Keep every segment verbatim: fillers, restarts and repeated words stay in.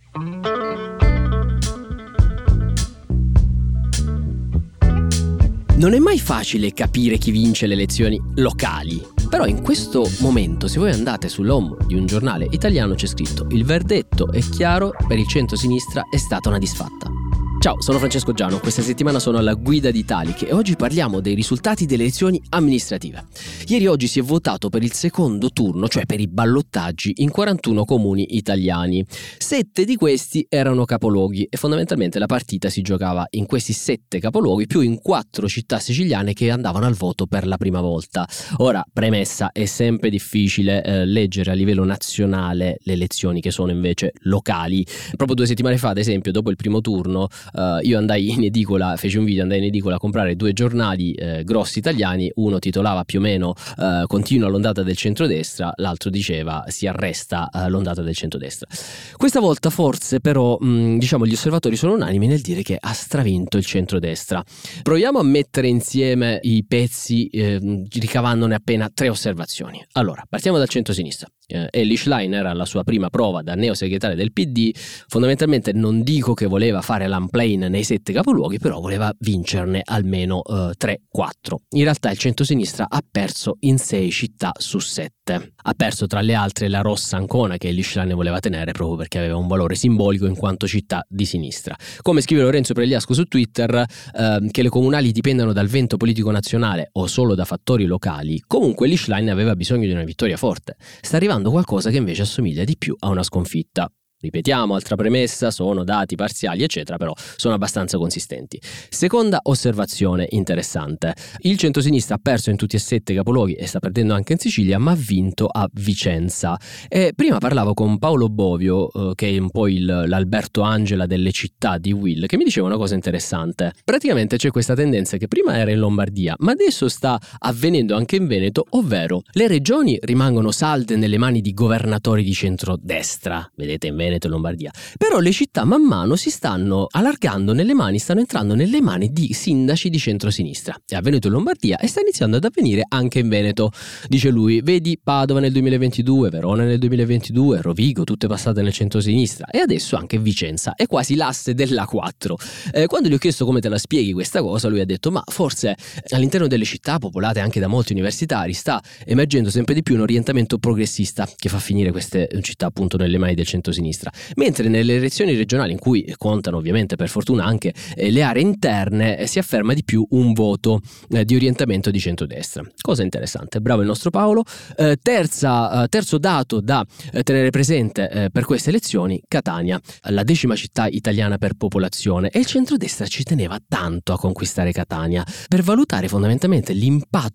Non è mai facile capire chi vince le elezioni locali, però in questo momento, se voi andate sull'home di un giornale italiano, c'è scritto: il verdetto è chiaro, per il centro-sinistra è stata una disfatta. Ciao, sono Francesco Giano, questa settimana sono alla guida di Italic e oggi parliamo dei risultati delle elezioni amministrative. Ieri e oggi si è votato per il secondo turno, cioè per i ballottaggi, in quarantuno comuni italiani. Sette di questi erano capoluoghi e fondamentalmente la partita si giocava in questi sette capoluoghi più in quattro città siciliane che andavano al voto per la prima volta. Ora, premessa, è sempre difficile eh, leggere a livello nazionale le elezioni che sono invece locali. Proprio due settimane fa, ad esempio, dopo il primo turno, Uh, io andai in edicola, feci un video, andai in edicola a comprare due giornali eh, grossi italiani. Uno titolava più o meno uh, continua l'ondata del centrodestra, l'altro diceva si arresta uh, l'ondata del centrodestra. Questa volta forse però mh, diciamo gli osservatori sono unanimi nel dire che ha stravinto il centrodestra. Proviamo a mettere insieme i pezzi eh, ricavandone appena tre osservazioni. Allora, partiamo dal centrosinistra. Eh, Elly Schlein era la sua prima prova da neosegretario del P D. Fondamentalmente non dico che voleva fare l'unplane nei sette capoluoghi, però voleva vincerne almeno eh, tre quattro. In realtà il centrosinistra ha perso in sei città su sette. Ha perso tra le altre la Rossa Ancona, che Elly Schlein voleva tenere proprio perché aveva un valore simbolico in quanto città di sinistra. Come scrive Lorenzo Pregliasco su Twitter, eh, che le comunali dipendano dal vento politico nazionale o solo da fattori locali, comunque Elly Schlein aveva bisogno di una vittoria forte. Sta arrivando qualcosa che invece assomiglia di più a una sconfitta. Ripetiamo, altra premessa, sono dati parziali eccetera, però sono abbastanza consistenti. Seconda osservazione interessante: il centrosinistra ha perso in tutti e sette capoluoghi e sta perdendo anche in Sicilia, ma ha vinto a Vicenza. E prima parlavo con Paolo Bovio, eh, che è un po' il, l'Alberto Angela delle città di Will, che mi diceva una cosa interessante. Praticamente c'è questa tendenza che prima era in Lombardia, ma adesso sta avvenendo anche in Veneto, ovvero le regioni rimangono salde nelle mani di governatori di centrodestra, vedete in Veneto e Lombardia, però le città man mano si stanno allargando nelle mani, stanno entrando nelle mani di sindaci di centrosinistra. È avvenuto in Lombardia e sta iniziando ad avvenire anche in Veneto, dice lui. Vedi Padova nel duemilaventidue, Verona nel duemilaventidue, Rovigo, tutte passate nel centrosinistra, e adesso anche Vicenza, è quasi l'asse dell'A quattro. Eh, quando gli ho chiesto come te la spieghi questa cosa, lui ha detto: ma forse all'interno delle città popolate anche da molti universitari sta emergendo sempre di più un orientamento progressista che fa finire queste città appunto nelle mani del centrosinistra. Mentre nelle elezioni regionali, in cui contano ovviamente per fortuna anche eh, le aree interne, eh, si afferma di più un voto eh, di orientamento di centrodestra. Cosa interessante, bravo il nostro Paolo. Eh, terza, eh, terzo dato da eh, tenere presente eh, per queste elezioni: Catania, la decima città italiana per popolazione, e il centrodestra ci teneva tanto a conquistare Catania per valutare fondamentalmente l'impatto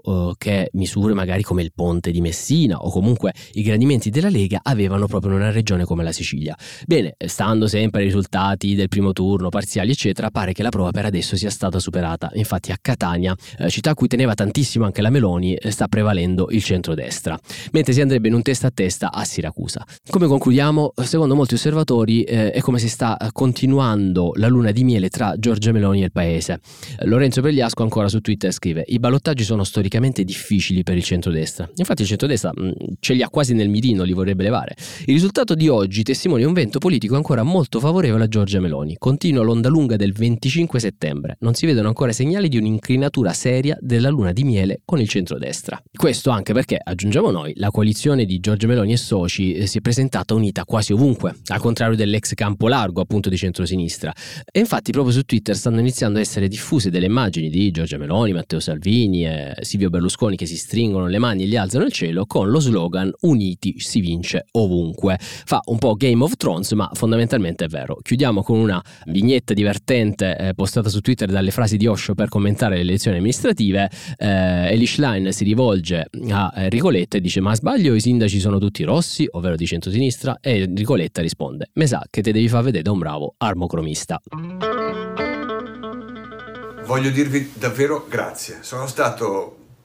che misure magari come il ponte di Messina o comunque i gradimenti della Lega avevano proprio in una regione come la Sicilia. Bene, stando sempre ai risultati del primo turno, parziali eccetera, pare che la prova per adesso sia stata superata. Infatti a Catania, città a cui teneva tantissimo anche la Meloni, sta prevalendo il centrodestra, mentre si andrebbe in un testa a testa a Siracusa. Come concludiamo? Secondo molti osservatori eh, è come se sta continuando la luna di miele tra Giorgia Meloni e il paese. Lorenzo Pregliasco ancora su Twitter scrive: i ballottaggi sono storicamente difficili per il centrodestra. Infatti il centrodestra mh, ce li ha quasi nel mirino, li vorrebbe levare. Il risultato di oggi testimonia un vento politico ancora molto favorevole a Giorgia Meloni. Continua l'onda lunga del venticinque settembre. Non si vedono ancora segnali di un'incrinatura seria della luna di miele con il centrodestra. Questo anche perché, aggiungiamo noi, la coalizione di Giorgia Meloni e soci eh, si è presentata unita quasi ovunque, al contrario dell'ex campo largo appunto di centrosinistra. E infatti proprio su Twitter stanno iniziando a essere diffuse delle immagini di Giorgia Meloni, Matteo Salvini e Silvio Berlusconi che si stringono le mani e li alzano al cielo con lo slogan "Uniti si vince ovunque". Fa un po' Game of Thrones, ma fondamentalmente è vero. Chiudiamo con una vignetta divertente eh, postata su Twitter dalle frasi di Osho per commentare le elezioni amministrative. eh, Elly Schlein si rivolge a Enrico Letta e dice: ma sbaglio, i sindaci sono tutti rossi, ovvero di centrosinistra? E Enrico Letta risponde: me sa che te devi far vedere da un bravo armocromista. Voglio dirvi davvero grazie. Sono stato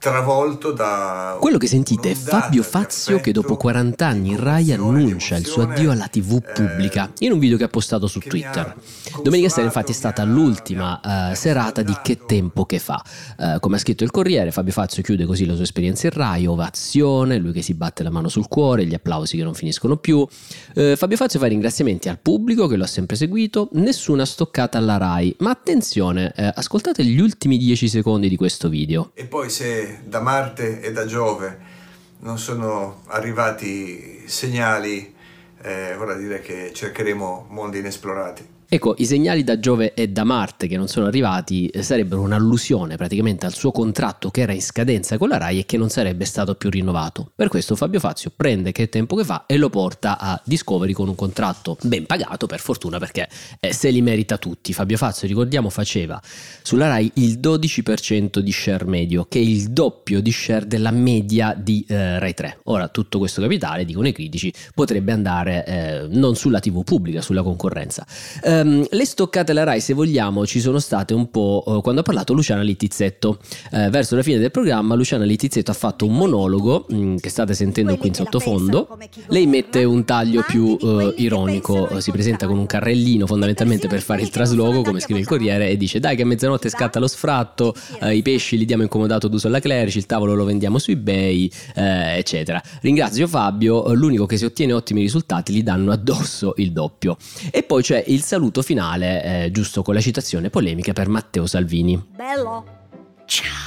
travolto da... Quello che sentite è Fabio Fazio che dopo quaranta anni in Rai annuncia il suo addio alla tivù pubblica in un video che ha postato su Twitter. Domenica sera infatti è stata l'ultima uh, serata di Che tempo che fa. Uh, come ha scritto il Corriere, Fabio Fazio chiude così la sua esperienza in Rai, ovazione, lui che si batte la mano sul cuore, gli applausi che non finiscono più. Uh, Fabio Fazio fa i ringraziamenti al pubblico che lo ha sempre seguito, nessuna stoccata alla Rai, ma attenzione, uh, ascoltate gli ultimi dieci secondi di questo video. E poi se da Marte e da Giove non sono arrivati segnali, eh, vorrà dire che cercheremo mondi inesplorati. Ecco, i segnali da Giove e da Marte che non sono arrivati sarebbero un'allusione praticamente al suo contratto che era in scadenza con la Rai e che non sarebbe stato più rinnovato. Per questo Fabio Fazio prende Che tempo che fa e lo porta a Discovery con un contratto ben pagato, per fortuna, perché eh, se li merita tutti. Fabio Fazio, ricordiamo, faceva sulla Rai il dodici per cento di share medio, che è il doppio di share della media di eh, Rai tre. Ora, tutto questo capitale, dicono i critici, potrebbe andare eh, non sulla tivù pubblica, sulla concorrenza. Eh, Le stoccate alla Rai, se vogliamo, ci sono state un po' uh, quando ha parlato Luciana Littizzetto. Uh, verso la fine del programma Luciana Littizzetto ha fatto un monologo mh, che state sentendo qui in sottofondo. Lei mette un taglio più uh, ironico, uh, si presenta con un carrellino fondamentalmente per fare il trasloco, come scrive il Corriere, e dice: dai che a mezzanotte scatta lo sfratto, uh, i pesci li diamo in comodato d'uso alla Clerici, il tavolo lo vendiamo su eBay, uh, eccetera. Ringrazio Fabio, uh, l'unico che se ottiene ottimi risultati gli danno addosso il doppio. E poi c'è il saluto finale, eh, giusto con la citazione polemica per Matteo Salvini. Bello. Ciao.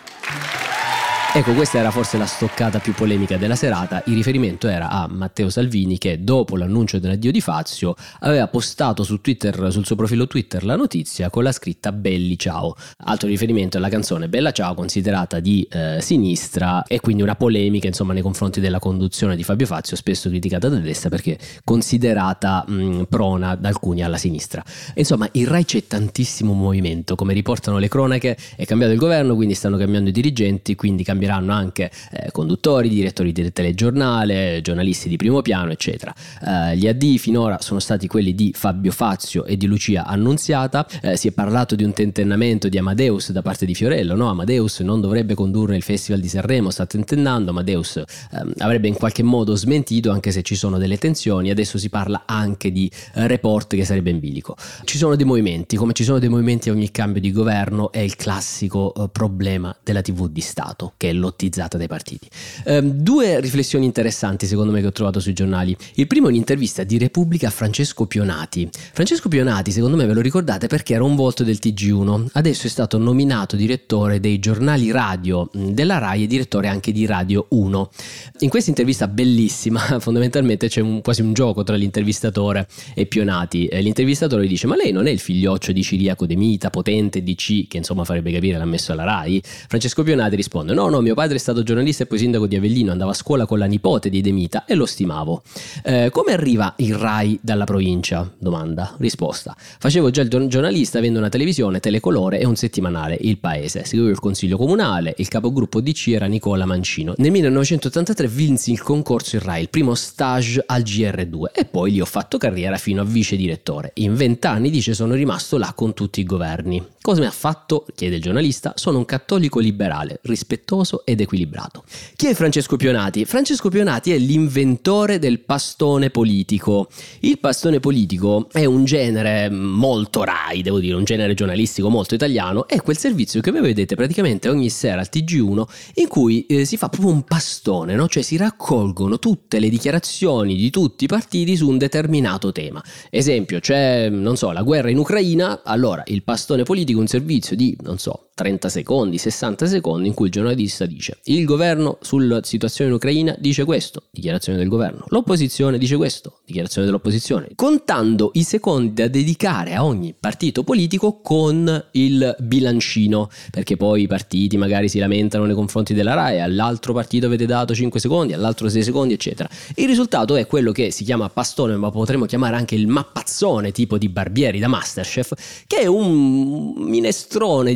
Ecco, questa era forse la stoccata più polemica della serata. Il riferimento era a Matteo Salvini che dopo l'annuncio dell'addio di Fazio aveva postato su Twitter, sul suo profilo Twitter, la notizia con la scritta Belli ciao. Altro riferimento alla canzone Bella ciao, considerata di eh, sinistra, e quindi una polemica insomma nei confronti della conduzione di Fabio Fazio, spesso criticata da destra perché considerata mh, prona da alcuni alla sinistra. E insomma, in Rai c'è tantissimo movimento, come riportano le cronache. È cambiato il governo, quindi stanno cambiando i dirigenti, quindi cambieranno anche eh, conduttori, direttori di telegiornale, giornalisti di primo piano, eccetera. Eh, gli addii finora sono stati quelli di Fabio Fazio e di Lucia Annunziata. Eh, si è parlato di un tentennamento di Amadeus da parte di Fiorello, no? Amadeus non dovrebbe condurre il Festival di Sanremo, sta tentennando. Amadeus eh, avrebbe in qualche modo smentito, anche se ci sono delle tensioni. Adesso si parla anche di eh, report, che sarebbe in bilico. Ci sono dei movimenti, come ci sono dei movimenti a ogni cambio di governo. È il classico eh, problema della tivù di Stato, che è lottizzata dai partiti. Um, due riflessioni interessanti secondo me che ho trovato sui giornali. Il primo è un'intervista di Repubblica a Francesco Pionati. Francesco Pionati, secondo me ve lo ricordate perché era un volto del T G uno, adesso è stato nominato direttore dei giornali radio della Rai e direttore anche di Radio uno. In questa intervista bellissima fondamentalmente c'è un, quasi un gioco tra l'intervistatore e Pionati. Eh, l'intervistatore gli dice: ma lei non è il figlioccio di Ciriaco De Mita, potente D C, che insomma farebbe capire l'ha messo alla Rai? Francesco Pionati risponde: no no, mio padre è stato giornalista e poi sindaco di Avellino, andava a scuola con la nipote di De Mita e lo stimavo. Eh, come arriva il Rai dalla provincia? Domanda. Risposta: facevo già il giornalista avendo una televisione, Telecolore e un settimanale, Il Paese. Seguivo il consiglio comunale, il capogruppo D C era Nicola Mancino. Nel millenovecentottantatré vinsi il concorso in Rai, il primo stage al G R due, e poi lì ho fatto carriera fino a vice direttore. In vent'anni, dice, sono rimasto là con tutti i governi. Cosa mi ha fatto? Chiede il giornalista. Sono un cattolico liberale, rispettoso ed equilibrato. Chi è Francesco Pionati? Francesco Pionati è l'inventore del pastone politico. Il pastone politico è un genere molto Rai, devo dire, un genere giornalistico molto italiano. È quel servizio che voi vedete praticamente ogni sera al T G uno, in cui eh, si fa proprio un pastone, no? Cioè si raccolgono tutte le dichiarazioni di tutti i partiti su un determinato tema. Esempio, c'è, non so, la guerra in Ucraina, allora il pastone politico è un servizio di, non so, trenta secondi, sessanta secondi in cui il giornalista dice: il governo sulla situazione in Ucraina dice questo, dichiarazione del governo, l'opposizione dice questo, dichiarazione dell'opposizione, contando i secondi da dedicare a ogni partito politico con il bilancino, perché poi i partiti magari si lamentano nei confronti della Rai, all'altro partito avete dato cinque secondi, all'altro sei secondi, eccetera. Il risultato è quello che si chiama pastone, ma potremmo chiamare anche il mappazzone tipo di Barbieri da Masterchef, che è un minestrone di tante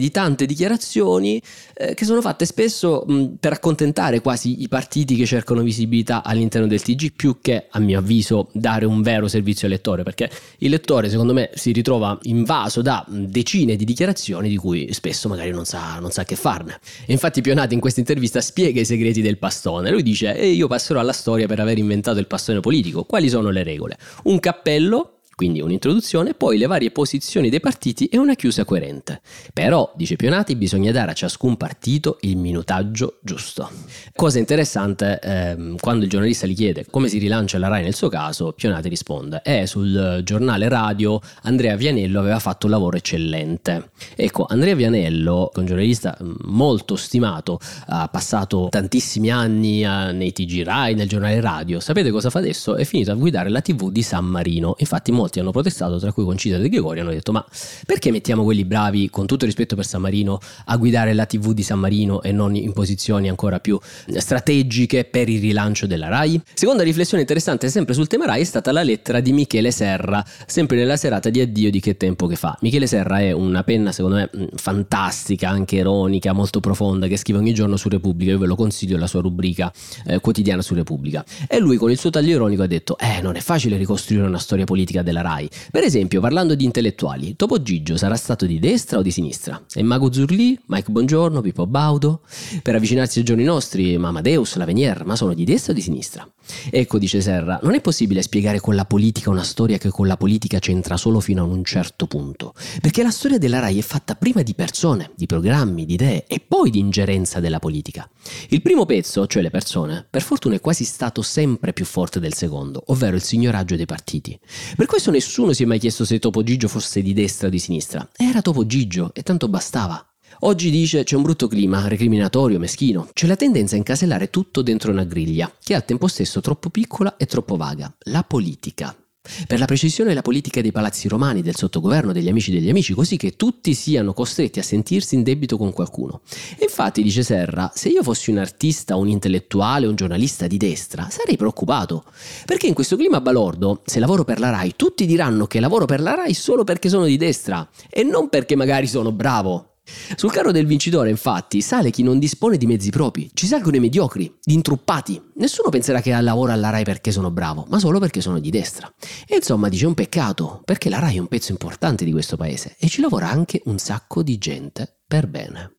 dichiarazioni eh, che sono fatte spesso mh, per accontentare quasi i partiti che cercano visibilità all'interno del T G, più che, a mio avviso, dare un vero servizio al lettore, perché il lettore secondo me si ritrova invaso da decine di dichiarazioni di cui spesso magari non sa, non sa che farne. E infatti Pionati in questa intervista spiega i segreti del pastone. Lui dice: e io passerò alla storia per aver inventato il pastone politico. Quali sono le regole? Un cappello, quindi un'introduzione, poi le varie posizioni dei partiti e una chiusa coerente. Però, dice Pionati, bisogna dare a ciascun partito il minutaggio giusto. Cosa interessante, ehm, quando il giornalista gli chiede come si rilancia la Rai nel suo caso, Pionati risponde: eh, sul giornale radio Andrea Vianello aveva fatto un lavoro eccellente. Ecco, Andrea Vianello, un giornalista molto stimato, ha passato tantissimi anni a, nei T G Rai, nel giornale radio. Sapete cosa fa adesso? È finito a guidare la tivù di San Marino. Infatti molti hanno protestato, tra cui Concita De Gregori, hanno detto: ma perché mettiamo quelli bravi, con tutto il rispetto per San Marino, a guidare la tivù di San Marino e non in posizioni ancora più strategiche per il rilancio della Rai? Seconda riflessione interessante sempre sul tema Rai è stata la lettera di Michele Serra, sempre nella serata di addio di Che tempo che fa. Michele Serra è una penna secondo me fantastica, anche ironica, molto profonda, che scrive ogni giorno su Repubblica. Io ve lo consiglio, la sua rubrica eh, quotidiana su Repubblica. E lui con il suo taglio ironico ha detto: eh non è facile ricostruire una storia politica della Rai. Per esempio, parlando di intellettuali, Topo Gigio sarà stato di destra o di sinistra? E Mago Zurlì, Mike Bongiorno, Pippo Baudo? Per avvicinarsi ai giorni nostri, Amadeus, Lavenier, ma sono di destra o di sinistra? Ecco, dice Serra, non è possibile spiegare con la politica una storia che con la politica c'entra solo fino a un certo punto, perché la storia della Rai è fatta prima di persone, di programmi, di idee e poi di ingerenza della politica. Il primo pezzo, cioè le persone, per fortuna è quasi stato sempre più forte del secondo, ovvero il signoraggio dei partiti. Per questo nessuno si è mai chiesto se Topo Gigio fosse di destra o di sinistra. Era Topo Gigio e tanto bastava. Oggi dice c'è un brutto clima, recriminatorio, meschino. C'è la tendenza a incasellare tutto dentro una griglia, che è al tempo stesso troppo piccola e troppo vaga. La politica. Per la precisione la politica dei palazzi romani, del sottogoverno, degli amici degli amici, così che tutti siano costretti a sentirsi in debito con qualcuno. E infatti, dice Serra, se io fossi un artista, un intellettuale, un giornalista di destra, sarei preoccupato. Perché in questo clima balordo, se lavoro per la Rai, tutti diranno che lavoro per la Rai solo perché sono di destra e non perché magari sono bravo. Sul carro del vincitore, infatti, sale chi non dispone di mezzi propri, ci salgono i mediocri, gli intruppati. Nessuno penserà che lavoro alla Rai perché sono bravo, ma solo perché sono di destra. E insomma dice un peccato, perché la Rai è un pezzo importante di questo paese e ci lavora anche un sacco di gente per bene.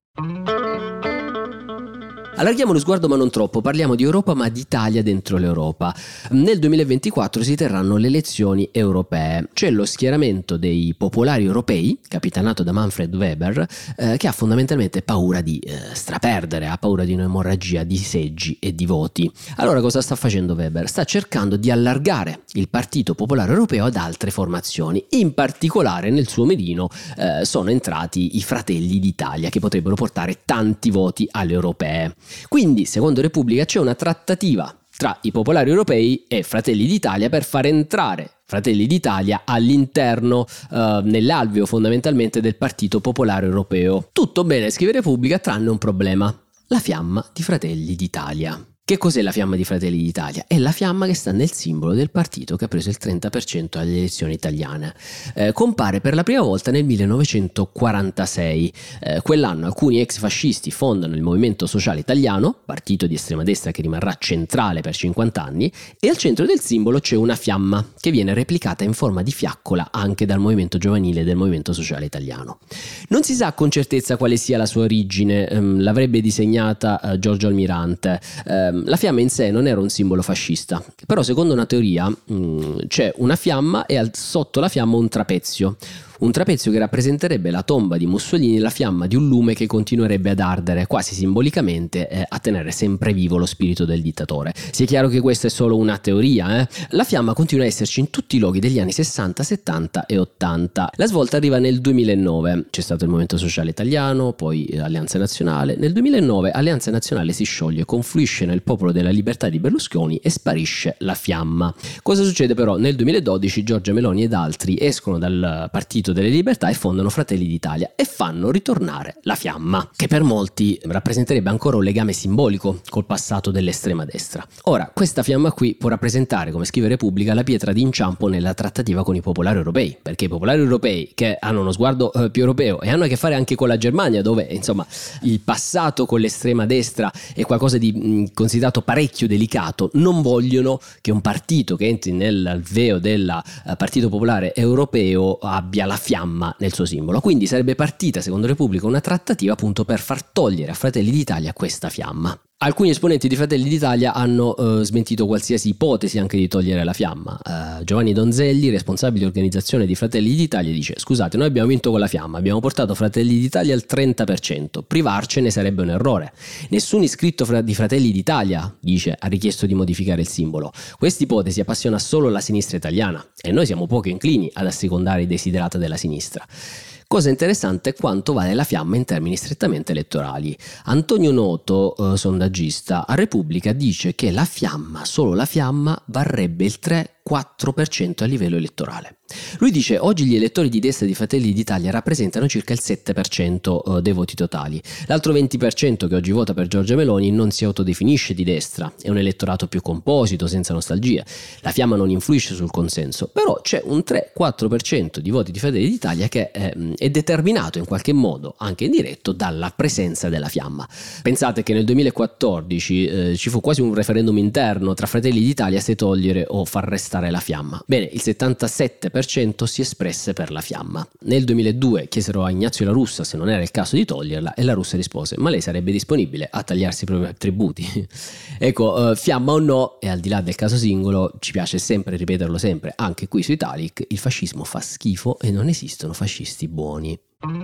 Allarghiamo lo sguardo ma non troppo, parliamo di Europa ma di Italia dentro l'Europa. Nel duemilaventiquattro si terranno le elezioni europee. C'è lo schieramento dei popolari europei, capitanato da Manfred Weber, eh, che ha fondamentalmente paura di eh, straperdere, ha paura di un'emorragia di seggi e di voti. Allora cosa sta facendo Weber? Sta cercando di allargare il Partito Popolare Europeo ad altre formazioni. In particolare nel suo mirino eh, sono entrati i Fratelli d'Italia, che potrebbero portare tanti voti alle europee. Quindi, secondo Repubblica, c'è una trattativa tra i popolari europei e Fratelli d'Italia per far entrare Fratelli d'Italia all'interno, eh, nell'alveo fondamentalmente del Partito Popolare Europeo. Tutto bene, scrive Repubblica, tranne un problema: la fiamma di Fratelli d'Italia. Che cos'è la fiamma di Fratelli d'Italia? È la fiamma che sta nel simbolo del partito che ha preso il trenta per cento alle elezioni italiane. Eh, compare per la prima volta nel millenovecentoquarantasei. Eh, quell'anno alcuni ex fascisti fondano il Movimento Sociale Italiano, partito di estrema destra che rimarrà centrale per cinquanta anni, e al centro del simbolo c'è una fiamma che viene replicata in forma di fiaccola anche dal movimento giovanile del Movimento Sociale Italiano. Non si sa con certezza quale sia la sua origine, ehm, l'avrebbe disegnata eh, Giorgio Almirante. Eh, La fiamma in sé non era un simbolo fascista, però secondo una teoria mh, c'è una fiamma e al, sotto la fiamma un trapezio. Un trapezio che rappresenterebbe la tomba di Mussolini, la fiamma di un lume che continuerebbe ad ardere, quasi simbolicamente eh, a tenere sempre vivo lo spirito del dittatore. Sia chiaro che questa è solo una teoria, eh? La fiamma continua a esserci in tutti i luoghi degli anni sessanta, settanta e ottanta. La svolta arriva nel duemilanove, c'è stato il Movimento Sociale Italiano, poi Alleanza Nazionale. Nel duemilanove Alleanza Nazionale si scioglie, confluisce nel Popolo della Libertà di Berlusconi e sparisce la fiamma. Cosa succede però? Nel duemiladodici Giorgia Meloni ed altri escono dal partito Movimento delle Libertà e fondano Fratelli d'Italia e fanno ritornare la fiamma, che per molti rappresenterebbe ancora un legame simbolico col passato dell'estrema destra. Ora, questa fiamma qui può rappresentare, come scrive Repubblica, la pietra d'inciampo nella trattativa con i popolari europei, perché i popolari europei, che hanno uno sguardo eh, più europeo e hanno a che fare anche con la Germania, dove insomma il passato con l'estrema destra è qualcosa di mh, considerato parecchio delicato, non vogliono che un partito che entri nell'alveo del uh, Partito Popolare Europeo abbia la fiamma nel suo simbolo. Quindi sarebbe partita, secondo Repubblica, una trattativa appunto per far togliere a Fratelli d'Italia questa fiamma. Alcuni esponenti di Fratelli d'Italia hanno eh, smentito qualsiasi ipotesi anche di togliere la fiamma. Eh, Giovanni Donzelli, responsabile organizzazione di Fratelli d'Italia, dice: scusate, noi abbiamo vinto con la fiamma, abbiamo portato Fratelli d'Italia al trenta per cento, privarcene sarebbe un errore. Nessun iscritto fra- di Fratelli d'Italia, dice, ha richiesto di modificare il simbolo. Questa ipotesi appassiona solo la sinistra italiana e noi siamo poco inclini ad assecondare i desiderata della sinistra. Cosa interessante è quanto vale la fiamma in termini strettamente elettorali. Antonio Noto, eh, sondaggista, a Repubblica dice che la fiamma, solo la fiamma, varrebbe il tre quattro per cento a livello elettorale. Lui dice: oggi gli elettori di destra di Fratelli d'Italia rappresentano circa il sette per cento dei voti totali. L'altro venti per cento che oggi vota per Giorgia Meloni non si autodefinisce di destra, è un elettorato più composito, senza nostalgia. La fiamma non influisce sul consenso, però c'è un tre quattro per cento di voti di Fratelli d'Italia che è, è determinato in qualche modo, anche indiretto, dalla presenza della fiamma. Pensate che nel duemilaquattordici eh, ci fu quasi un referendum interno tra Fratelli d'Italia se togliere o far restare la fiamma. Bene, il settantasette per cento si espresse per la fiamma. Nel duemiladue chiesero a Ignazio La Russa se non era il caso di toglierla e La Russa rispose: ma lei sarebbe disponibile a tagliarsi i propri attributi? Ecco, uh, fiamma o no, e al di là del caso singolo, ci piace sempre ripeterlo sempre, anche qui su Italic, il fascismo fa schifo e non esistono fascisti buoni.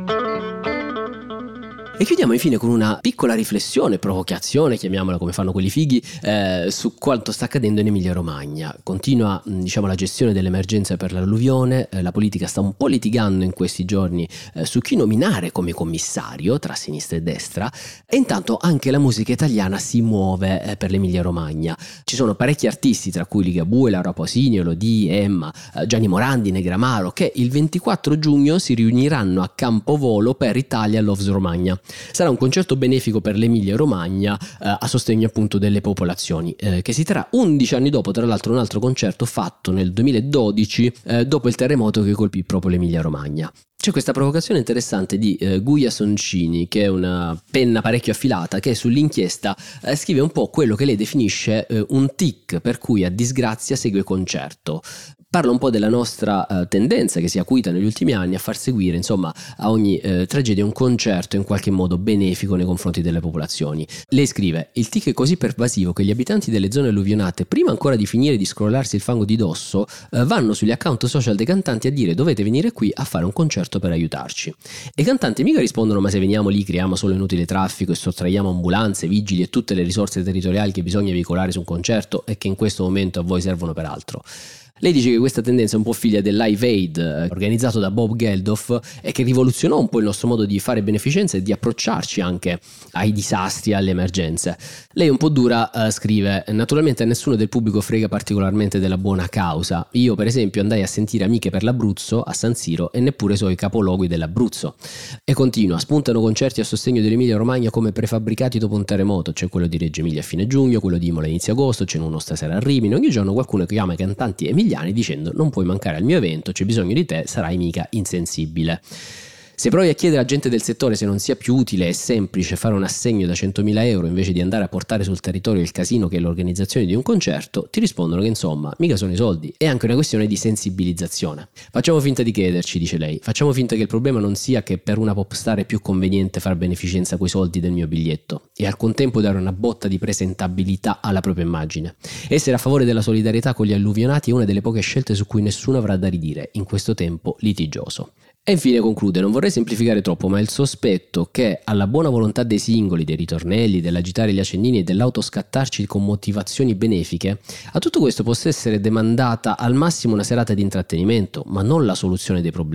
E chiudiamo infine con una piccola riflessione, provocazione, chiamiamola come fanno quelli fighi, eh, su quanto sta accadendo in Emilia Romagna. Continua, diciamo, la gestione dell'emergenza per l'alluvione, eh, la politica sta un po' litigando in questi giorni eh, su chi nominare come commissario tra sinistra e destra, e intanto anche la musica italiana si muove eh, per l'Emilia Romagna. Ci sono parecchi artisti, tra cui Ligabue, Laura Pausini, Elodie, Emma, eh, Gianni Morandi, Negramaro, che il ventiquattro giugno si riuniranno a Campovolo per Italia Loves Romagna. Sarà un concerto benefico per l'Emilia Romagna eh, a sostegno appunto delle popolazioni, eh, che si terrà undici anni dopo, tra l'altro, un altro concerto fatto nel duemiladodici eh, dopo il terremoto che colpì proprio l'Emilia Romagna. C'è questa provocazione interessante di eh, Guia Soncini, che è una penna parecchio affilata, che sull'inchiesta eh, scrive un po' quello che lei definisce eh, un tic per cui a disgrazia segue concerto. Parla un po' della nostra eh, tendenza che si è acuita negli ultimi anni a far seguire, insomma, a ogni eh, tragedia un concerto in qualche modo benefico nei confronti delle popolazioni. Lei scrive: il tic è così pervasivo che gli abitanti delle zone alluvionate, prima ancora di finire di scrollarsi il fango di dosso, eh, vanno sugli account social dei cantanti a dire: dovete venire qui a fare un concerto per aiutarci. E i cantanti mica rispondono: ma se veniamo lì creiamo solo inutile traffico e sottraiamo ambulanze, vigili e tutte le risorse territoriali che bisogna veicolare su un concerto e che in questo momento a voi servono per altro. Lei dice che questa tendenza è un po' figlia del Live Aid eh, organizzato da Bob Geldof e che rivoluzionò un po' il nostro modo di fare beneficenza e di approcciarci anche ai disastri, alle emergenze. Lei un po' dura eh, scrive: naturalmente a nessuno del pubblico frega particolarmente della buona causa. Io per esempio andai a sentire Amiche per l'Abruzzo a San Siro e neppure so i capoluoghi dell'Abruzzo. E continua: spuntano concerti a sostegno dell'Emilia Romagna come prefabbricati dopo un terremoto. C'è quello di Reggio Emilia a fine giugno, quello di Imola a inizio agosto, c'è uno stasera a Rimini. Ogni giorno qualcuno chiama i cantanti emiliani dicendo: non puoi mancare al mio evento, c'è bisogno di te, sarai mica insensibile. Se provi a chiedere a gente del settore se non sia più utile e semplice fare un assegno da centomila euro invece di andare a portare sul territorio il casino che è l'organizzazione di un concerto, ti rispondono che insomma mica sono i soldi, è anche una questione di sensibilizzazione. Facciamo finta di crederci, dice lei, facciamo finta che il problema non sia che per una popstar è più conveniente far beneficenza coi soldi del mio biglietto e al contempo dare una botta di presentabilità alla propria immagine. Essere a favore della solidarietà con gli alluvionati è una delle poche scelte su cui nessuno avrà da ridire in questo tempo litigioso. E infine conclude: non vorrei semplificare troppo, ma il sospetto che alla buona volontà dei singoli, dei ritornelli, dell'agitare gli accendini e dell'autoscattarci con motivazioni benefiche, a tutto questo possa essere demandata al massimo una serata di intrattenimento, ma non la soluzione dei problemi.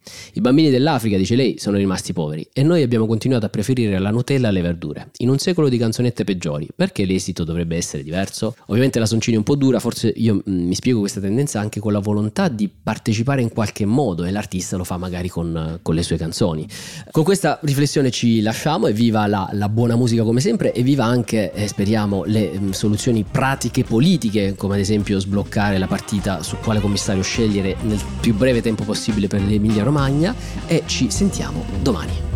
I bambini dell'Africa, dice lei, sono rimasti poveri e noi abbiamo continuato a preferire la Nutella alle verdure. In un secolo di canzonette peggiori, perché l'esito dovrebbe essere diverso? Ovviamente la Soncini è un po' dura, forse io mh, mi spiego questa tendenza anche con la volontà di partecipare in qualche modo, e l'artista lo fa magari con, con le sue canzoni. Con questa riflessione ci lasciamo, e viva la, la buona musica come sempre, e viva anche, eh, speriamo, le mh, soluzioni pratiche politiche, come ad esempio sbloccare la partita su quale commissario scegliere nel più breve tempo possibile per l'Emilia Romagna, e ci sentiamo domani.